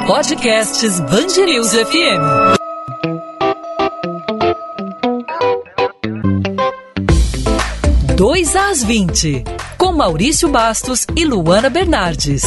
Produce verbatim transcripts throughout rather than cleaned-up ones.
Podcasts Band News F M. Dois às vinte, com Maurício Bastos e Luana Bernardes.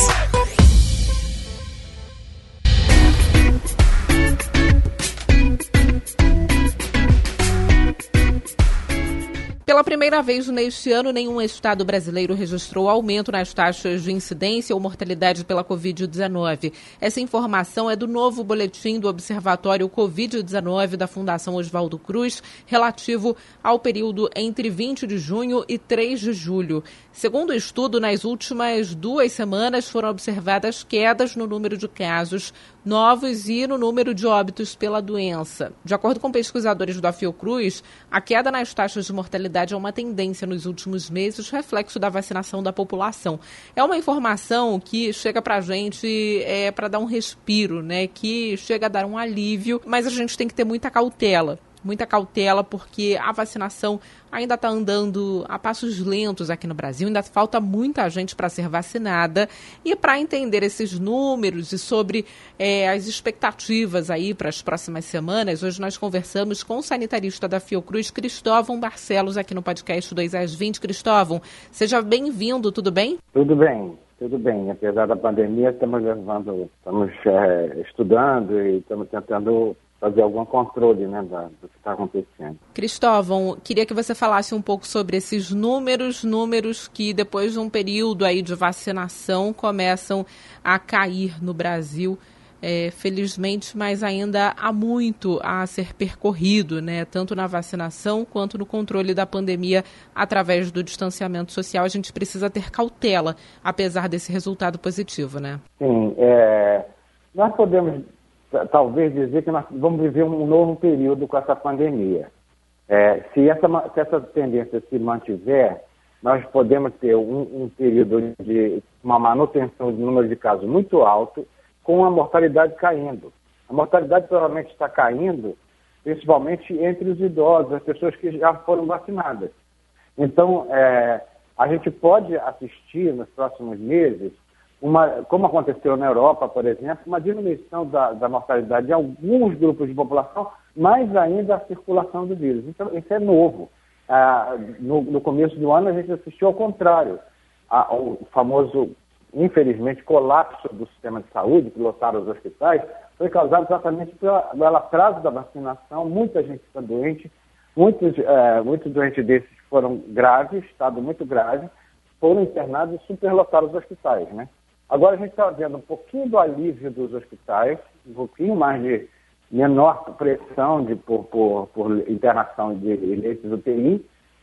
Pela primeira vez neste ano, nenhum estado brasileiro registrou aumento nas taxas de incidência ou mortalidade pela covid dezenove. Essa informação é do novo boletim do Observatório covid dezenove da Fundação Oswaldo Cruz, relativo ao período entre vinte de junho e três de julho. Segundo o estudo, nas últimas duas semanas foram observadas quedas no número de casos novos e no número de óbitos pela doença. De acordo com pesquisadores da Fiocruz, a queda nas taxas de mortalidade é uma tendência nos últimos meses, reflexo da vacinação da população. É uma informação que chega para a gente é, para dar um respiro, né? Que chega a dar um alívio, mas a gente tem que ter muita cautela. Muita cautela, porque a vacinação ainda está andando a passos lentos aqui no Brasil, ainda falta muita gente para ser vacinada. E para entender esses números e sobre é, as expectativas aí para as próximas semanas, hoje nós conversamos com o sanitarista da Fiocruz, Cristóvão Barcelos, aqui no podcast dois às vinte. Cristóvão, seja bem-vindo, tudo bem? Tudo bem, tudo bem. Apesar da pandemia, estamos levando, estamos é, estudando e estamos tentando fazer algum controle, né, da, do que está acontecendo. Cristóvão, queria que você falasse um pouco sobre esses números, números que depois de um período aí de vacinação começam a cair no Brasil, é, felizmente, mas ainda há muito a ser percorrido, né, tanto na vacinação quanto no controle da pandemia através do distanciamento social. A gente precisa ter cautela, apesar desse resultado positivo, né? Sim, é, nós podemos talvez dizer que nós vamos viver um novo período com essa pandemia. É, se, essa, se essa tendência se mantiver, nós podemos ter um, um período de uma manutenção do número de casos muito alto, com a mortalidade caindo. A mortalidade provavelmente está caindo, principalmente entre os idosos, as pessoas que já foram vacinadas. Então, é, a gente pode assistir nos próximos meses, Uma, como aconteceu na Europa, por exemplo, uma diminuição da, da mortalidade de alguns grupos de população, mais ainda a circulação do vírus. Então, isso é novo. Ah, no, no começo do ano, a gente assistiu ao contrário. Ah, o famoso, infelizmente, colapso do sistema de saúde, que lotaram os hospitais, foi causado exatamente pela, pelo atraso da vacinação. Muita gente está doente, muitos, eh, muitos doentes desses foram graves, estado muito grave, foram internados e superlotaram os hospitais, né? Agora a gente está vendo um pouquinho do alívio dos hospitais, um pouquinho mais de menor pressão de, por, por, por internação de leitos U T I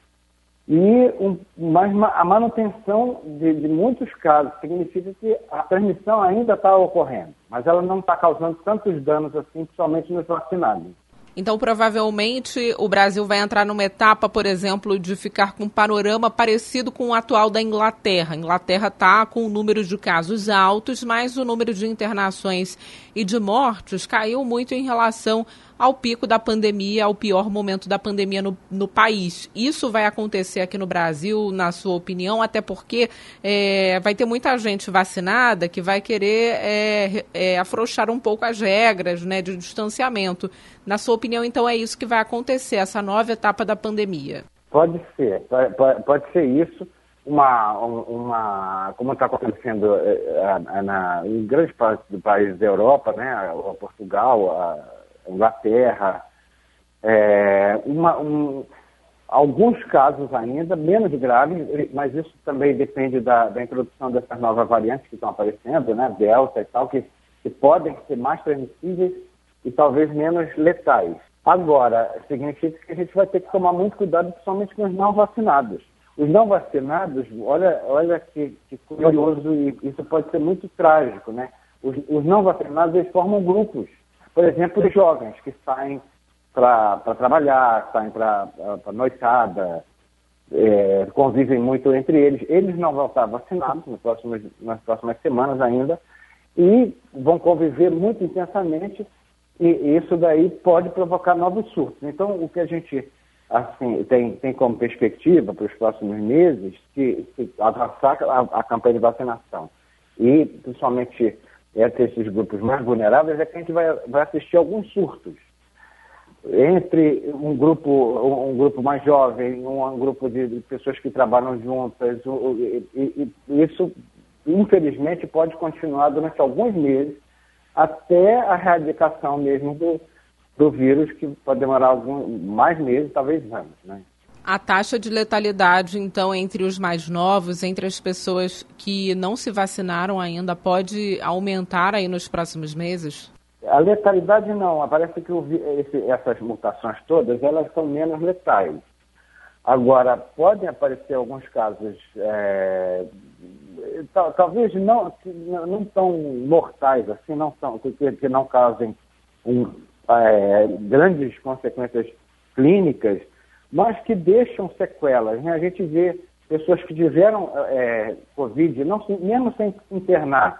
e um, mais a manutenção de, de muitos casos. Significa que a transmissão ainda está ocorrendo, mas ela não está causando tantos danos assim, principalmente nos vacinados. Então, provavelmente, o Brasil vai entrar numa etapa, por exemplo, de ficar com um panorama parecido com o atual da Inglaterra. A Inglaterra está com o número de casos altos, mas o número de internações e de mortes caiu muito em relação ao pico da pandemia, ao pior momento da pandemia no, no país. Isso vai acontecer aqui no Brasil, na sua opinião, até porque é, vai ter muita gente vacinada que vai querer é, é, afrouxar um pouco as regras, né, de distanciamento. Na sua opinião, então, é isso que vai acontecer, essa nova etapa da pandemia? Pode ser, pode, pode ser isso. Uma, uma, como está acontecendo é, na, em grande parte do país da Europa, né, a Portugal, a Inglaterra, é, uma, um, alguns casos ainda, menos graves, mas isso também depende da, da introdução dessas novas variantes que estão aparecendo, né, Delta e tal, que, que podem ser mais transmissíveis e talvez menos letais. Agora, significa que a gente vai ter que tomar muito cuidado, principalmente com os não vacinados. Os não vacinados, olha, olha que, que curioso, e isso pode ser muito trágico, né? Os, os não vacinados, eles formam grupos. Por exemplo, os jovens que saem para trabalhar, saem para noitada, é, convivem muito entre eles. Eles não vão estar vacinados nos próximos, nas próximas semanas ainda e vão conviver muito intensamente, e isso daí pode provocar novos surtos. Então, o que a gente assim, tem, tem como perspectiva para os próximos meses que, que avançar a, a campanha de vacinação e, principalmente, entre esses grupos mais vulneráveis é que a gente vai, vai assistir alguns surtos. Entre um grupo, um grupo mais jovem, um grupo de, de pessoas que trabalham juntas, e, e, e isso, infelizmente, pode continuar durante alguns meses, até a erradicação mesmo do, do vírus, que pode demorar alguns, mais meses, talvez anos, né? A taxa de letalidade, então, entre os mais novos, entre as pessoas que não se vacinaram ainda, pode aumentar aí nos próximos meses? A letalidade não. Parece que o, esse, essas mutações todas, elas são menos letais. Agora, podem aparecer alguns casos, é, tal, talvez não, não tão mortais, assim, não tão, que, que não causem um, é, grandes consequências clínicas, mas que deixam sequelas, né? A gente vê pessoas que tiveram é, Covid, não, mesmo sem internar,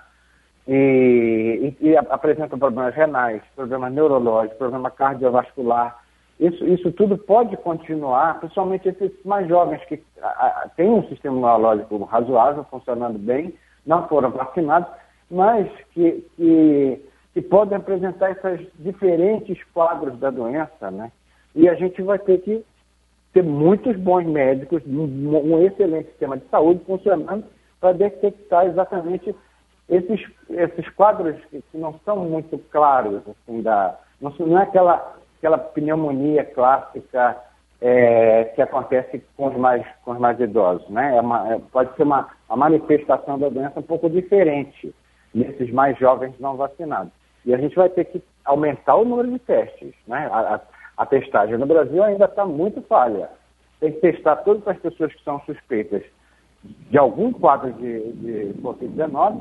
e, e, e apresentam problemas renais, problemas neurológicos, problema cardiovascular. Isso, isso tudo pode continuar, principalmente esses mais jovens que a, a, têm um sistema imunológico razoável, funcionando bem, não foram vacinados, mas que, que, que podem apresentar esses diferentes quadros da doença, né? E a gente vai ter que ter muitos bons médicos, um, um excelente sistema de saúde funcionando para detectar exatamente esses, esses quadros que, que não são muito claros, assim, da, não, não é aquela, aquela pneumonia clássica é, que acontece com os mais, com os mais idosos, né? É uma, é, pode ser uma, uma manifestação da doença um pouco diferente nesses mais jovens não vacinados. E a gente vai ter que aumentar o número de testes, né? A, a, A testagem no Brasil ainda está muito falha. Tem que testar todas as pessoas que são suspeitas de algum quadro de, de covid dezenove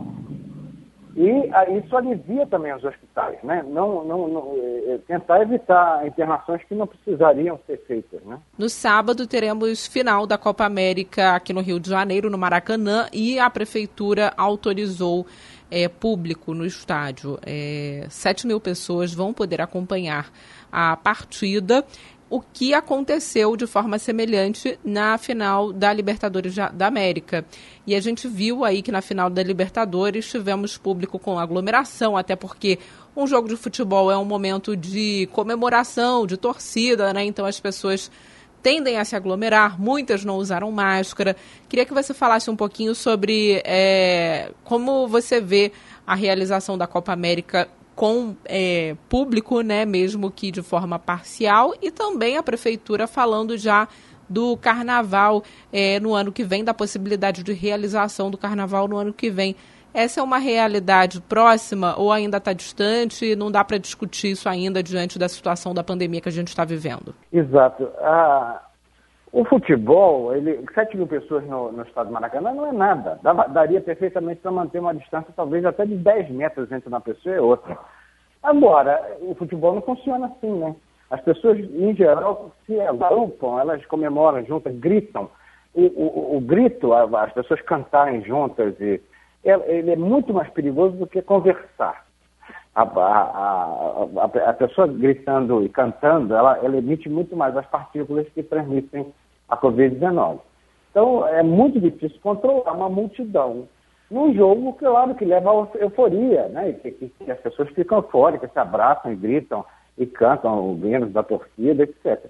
e aí isso alivia também os hospitais, né? Não, não, não, é, tentar evitar internações que não precisariam ser feitas, né? No sábado teremos final da Copa América aqui no Rio de Janeiro, no Maracanã, e a Prefeitura autorizou É, público no estádio. É, sete mil pessoas vão poder acompanhar a partida, o que aconteceu de forma semelhante na final da Libertadores da América. E a gente viu aí que na final da Libertadores tivemos público com aglomeração, até porque um jogo de futebol é um momento de comemoração, de torcida, né? Então as pessoas tendem a se aglomerar, muitas não usaram máscara. Queria que você falasse um pouquinho sobre é, como você vê a realização da Copa América com é, público, né, mesmo que de forma parcial, e também a Prefeitura falando já do Carnaval é, no ano que vem, da possibilidade de realização do Carnaval no ano que vem. Essa é uma realidade próxima ou ainda está distante? Não dá para discutir isso ainda diante da situação da pandemia que a gente está vivendo? Exato. Ah, o futebol, ele, sete mil pessoas no, no estado do Maracanã não é nada. Dava, daria perfeitamente para manter uma distância talvez até de dez metros entre uma pessoa e outra. Agora, o futebol não funciona assim, né? As pessoas, em geral, se agrupam, elas comemoram juntas, gritam. O, o, o grito, as pessoas cantarem juntas e ele é muito mais perigoso do que conversar. A, a, a, a pessoa gritando e cantando, ela, ela emite muito mais as partículas que transmitem a covid dezenove. Então, é muito difícil controlar uma multidão num jogo, claro, que leva a euforia, né? E que, que as pessoas ficam eufóricas, se abraçam e gritam e cantam os hinos da torcida, etcétera.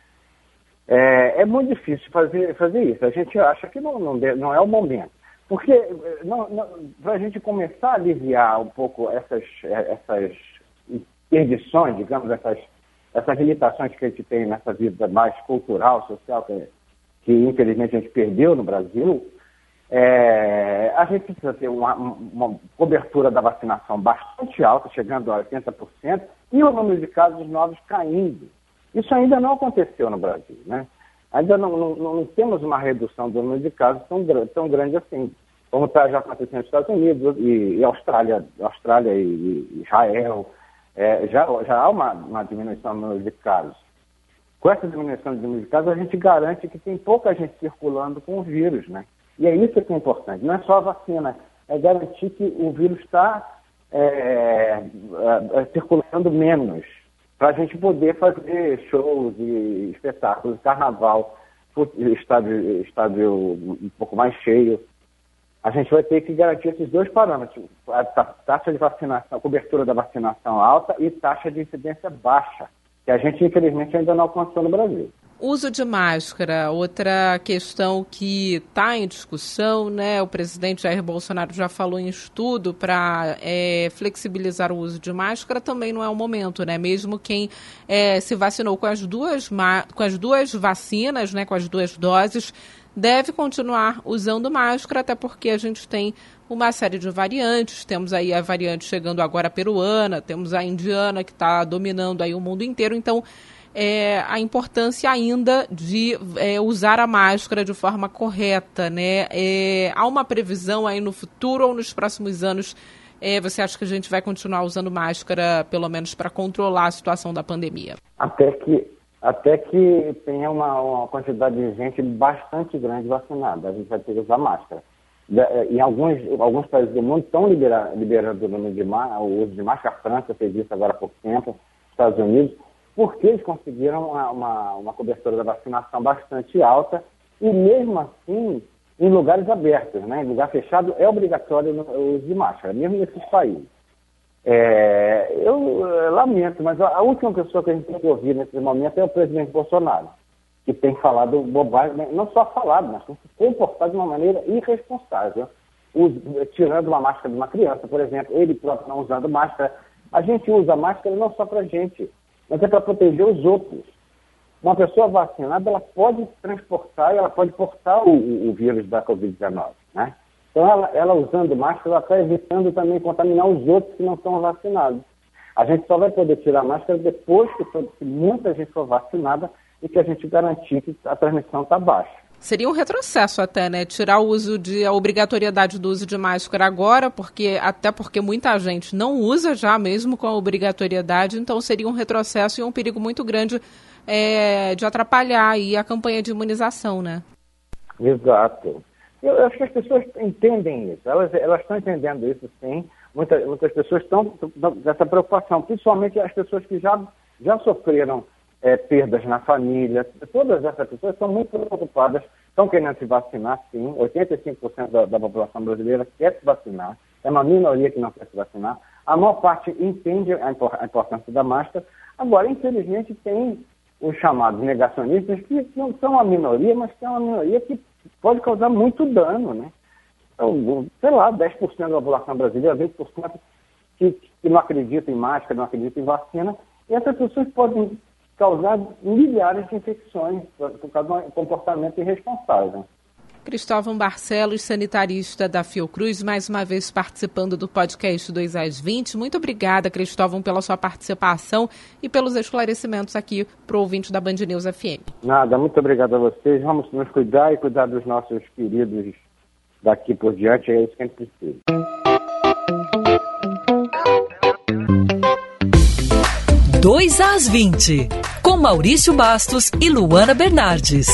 É, é muito difícil fazer, fazer isso. A gente acha que não, não, não é o momento. Porque para a gente começar a aliviar um pouco essas, essas interdições, digamos, essas, essas limitações que a gente tem nessa vida mais cultural, social, que, que infelizmente a gente perdeu no Brasil, é, a gente precisa ter uma, uma cobertura da vacinação bastante alta, chegando a oitenta por cento, e o número de casos novos caindo. Isso ainda não aconteceu no Brasil, né? Ainda não, não, não temos uma redução do número de casos tão, tão grande assim, como está já acontecendo nos Estados Unidos e, e Austrália, Austrália e, e Israel. É, já, já há uma, uma diminuição do número de casos. Com essa diminuição do número de casos, a gente garante que tem pouca gente circulando com o vírus, né? E é isso que é importante. Não é só a vacina, é garantir que o vírus está é, é, é, circulando menos, para a gente poder fazer shows e espetáculos, carnaval, estádio, estádio um pouco mais cheio. a gente vai ter que garantir esses dois parâmetros, a taxa de vacinação, a cobertura da vacinação alta e taxa de incidência baixa, que a gente, infelizmente, ainda não alcançou no Brasil. Uso de máscara, outra questão que está em discussão, né? O presidente Jair Bolsonaro já falou em estudo para é, flexibilizar o uso de máscara, também não é o momento, né? Mesmo quem é, se vacinou com as duas, com as duas vacinas, né? Com as duas doses, deve continuar usando máscara, até porque a gente tem uma série de variantes. Temos aí a variante chegando agora peruana, temos a indiana que está dominando aí o mundo inteiro, então É, a importância ainda de é, usar a máscara de forma correta, né? É, há uma previsão aí no futuro ou nos próximos anos, é, você acha que a gente vai continuar usando máscara, pelo menos para controlar a situação da pandemia? Até que, até que tenha uma, uma quantidade de gente bastante grande vacinada, a gente vai ter que usar máscara. Em alguns, alguns países do mundo estão libera, liberando o, número de, o uso de máscara. A França fez isso agora há pouco tempo, Estados Unidos, porque eles conseguiram uma, uma, uma cobertura da vacinação bastante alta e, mesmo assim, em lugares abertos, né? Em lugar fechado, é obrigatório o uso de máscara, mesmo nesses países. É, eu, eu lamento, mas a, a última pessoa que a gente tem que ouvir nesse momento é o presidente Bolsonaro, que tem falado bobagem, não só falado, mas tem se comportado de uma maneira irresponsável, us, tirando uma máscara de uma criança, por exemplo, ele próprio não usando máscara. A gente usa máscara não só para a gente, mas é para proteger os outros. Uma pessoa vacinada, ela pode transportar, ela pode portar o, o vírus da covid dezenove, né? Então, ela, ela usando máscara, ela está evitando também contaminar os outros que não estão vacinados. A gente só vai poder tirar a máscara depois que, que muita gente for vacinada e que a gente garantir que a transmissão está baixa. Seria um retrocesso até, né? Tirar o uso de, a obrigatoriedade do uso de máscara agora, porque até porque muita gente não usa já mesmo com a obrigatoriedade, então seria um retrocesso e um perigo muito grande é, de atrapalhar aí a campanha de imunização, né? Exato. Eu, eu acho que as pessoas entendem isso, elas, elas estão entendendo isso, sim. Muitas, muitas pessoas estão com essa preocupação, principalmente as pessoas que já, já sofreram É, perdas na família. Todas essas pessoas estão muito preocupadas, estão querendo se vacinar, sim. oitenta e cinco por cento da, da população brasileira quer se vacinar, é uma minoria que não quer se vacinar. A maior parte entende a, impor, a importância da máscara. Agora, infelizmente, tem os chamados negacionistas, que não são a minoria, mas que é uma minoria que pode causar muito dano, né? Então, sei lá, dez por cento da população brasileira, vinte por cento que, que não acredita em máscara, não acredita em vacina, e essas pessoas podem causar milhares de infecções por causa de um comportamento irresponsável. Cristóvão Barcelos, sanitarista da Fiocruz, mais uma vez participando do podcast dois às vinte. Muito obrigada, Cristóvão, pela sua participação e pelos esclarecimentos aqui para o ouvinte da Band News F M. Nada, muito obrigado a vocês. Vamos nos cuidar e cuidar dos nossos queridos daqui por diante. É isso que a gente precisa. dois às vinte, com Maurício Bastos e Luana Bernardes.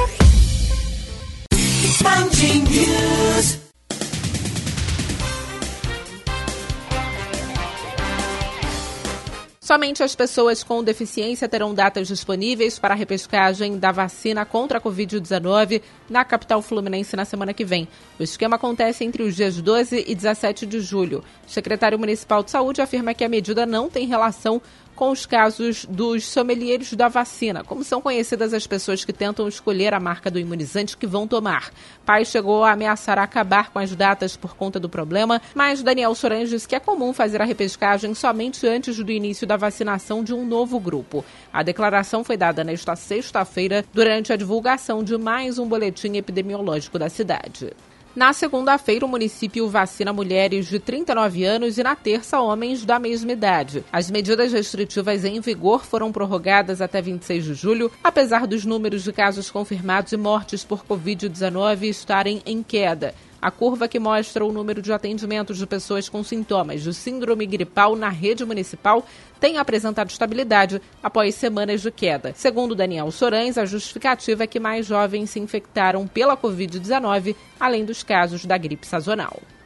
Somente as pessoas com deficiência terão datas disponíveis para a repescagem da vacina contra a covid dezenove na capital fluminense na semana que vem. O esquema acontece entre os dias doze e dezessete de julho. O secretário municipal de saúde afirma que a medida não tem relação com os casos dos sommeliers da vacina, como são conhecidas as pessoas que tentam escolher a marca do imunizante que vão tomar. Pai chegou a ameaçar acabar com as datas por conta do problema, mas Daniel Sorães diz que é comum fazer a repescagem somente antes do início da vacinação de um novo grupo. A declaração foi dada nesta sexta-feira durante a divulgação de mais um boletim epidemiológico da cidade. Na segunda-feira, o município vacina mulheres de trinta e nove anos e na terça, homens da mesma idade. As medidas restritivas em vigor foram prorrogadas até vinte e seis de julho, apesar dos números de casos confirmados e mortes por covid dezenove estarem em queda. A curva que mostra o número de atendimentos de pessoas com sintomas de síndrome gripal na rede municipal tem apresentado estabilidade após semanas de queda. Segundo Daniel Sorães, a justificativa é que mais jovens se infectaram pela covid dezenove, além dos casos da gripe sazonal.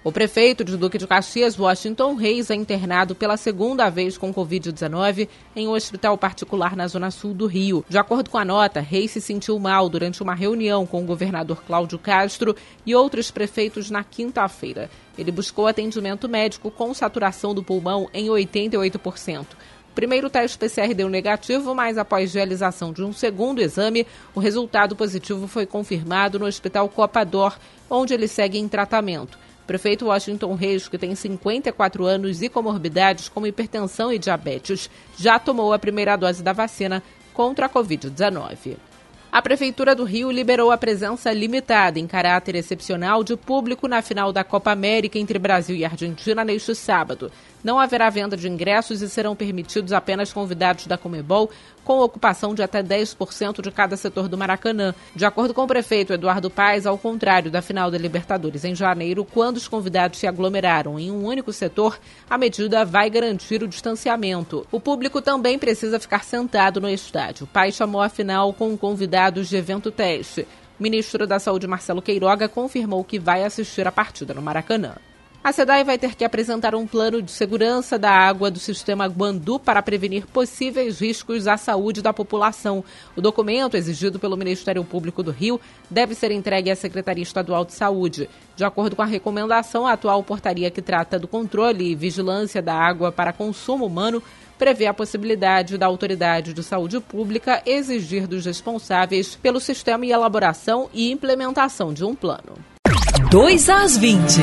O prefeito de Duque de Caxias, Washington Reis, é internado pela segunda vez com covid dezenove em um hospital particular na zona sul do Rio. De acordo com a nota, Reis se sentiu mal durante uma reunião com o governador Cláudio Castro e outros prefeitos na quinta-feira. Ele buscou atendimento médico com saturação do pulmão em oitenta e oito por cento. O primeiro teste P C R deu negativo, mas após realização de um segundo exame, o resultado positivo foi confirmado no Hospital Copador, onde ele segue em tratamento. O prefeito Washington Reis, que tem cinquenta e quatro anos e comorbidades como hipertensão e diabetes, já tomou a primeira dose da vacina contra a covid dezenove. A Prefeitura do Rio liberou a presença limitada em caráter excepcional de público na final da Copa América entre Brasil e Argentina neste sábado. Não haverá venda de ingressos e serão permitidos apenas convidados da Conmebol, com ocupação de até dez por cento de cada setor do Maracanã. De acordo com o prefeito Eduardo Paes, ao contrário da final da Libertadores em janeiro, quando os convidados se aglomeraram em um único setor, a medida vai garantir o distanciamento. O público também precisa ficar sentado no estádio. Paes chamou a final com convidados de evento teste. O ministro da Saúde, Marcelo Queiroga, confirmou que vai assistir a partida no Maracanã. A SEDAI vai ter que apresentar um plano de segurança da água do sistema Guandu para prevenir possíveis riscos à saúde da população. O documento, exigido pelo Ministério Público do Rio, deve ser entregue à Secretaria Estadual de Saúde. De acordo com a recomendação, a atual portaria que trata do controle e vigilância da água para consumo humano prevê a possibilidade da Autoridade de Saúde Pública exigir dos responsáveis pelo sistema e elaboração e implementação de um plano. dois às vinte.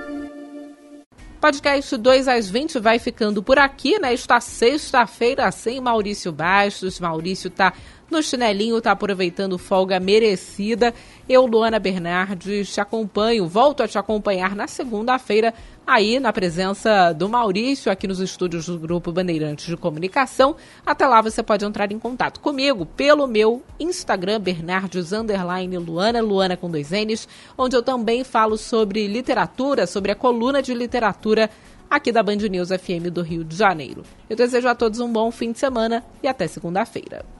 Podcast dois às vinte vai ficando por aqui, nesta sexta-feira, sem Maurício Bastos. Maurício tá no chinelinho, tá aproveitando folga merecida. Eu, Luana Bernardes, te acompanho, volto a te acompanhar na segunda-feira, aí na presença do Maurício, aqui nos estúdios do Grupo Bandeirantes de Comunicação. Até lá você pode entrar em contato comigo pelo meu Instagram, Bernardes underline Luana, Luana com dois N's, onde eu também falo sobre literatura, sobre a coluna de literatura aqui da Band News F M do Rio de Janeiro. Eu desejo a todos um bom fim de semana e até segunda-feira.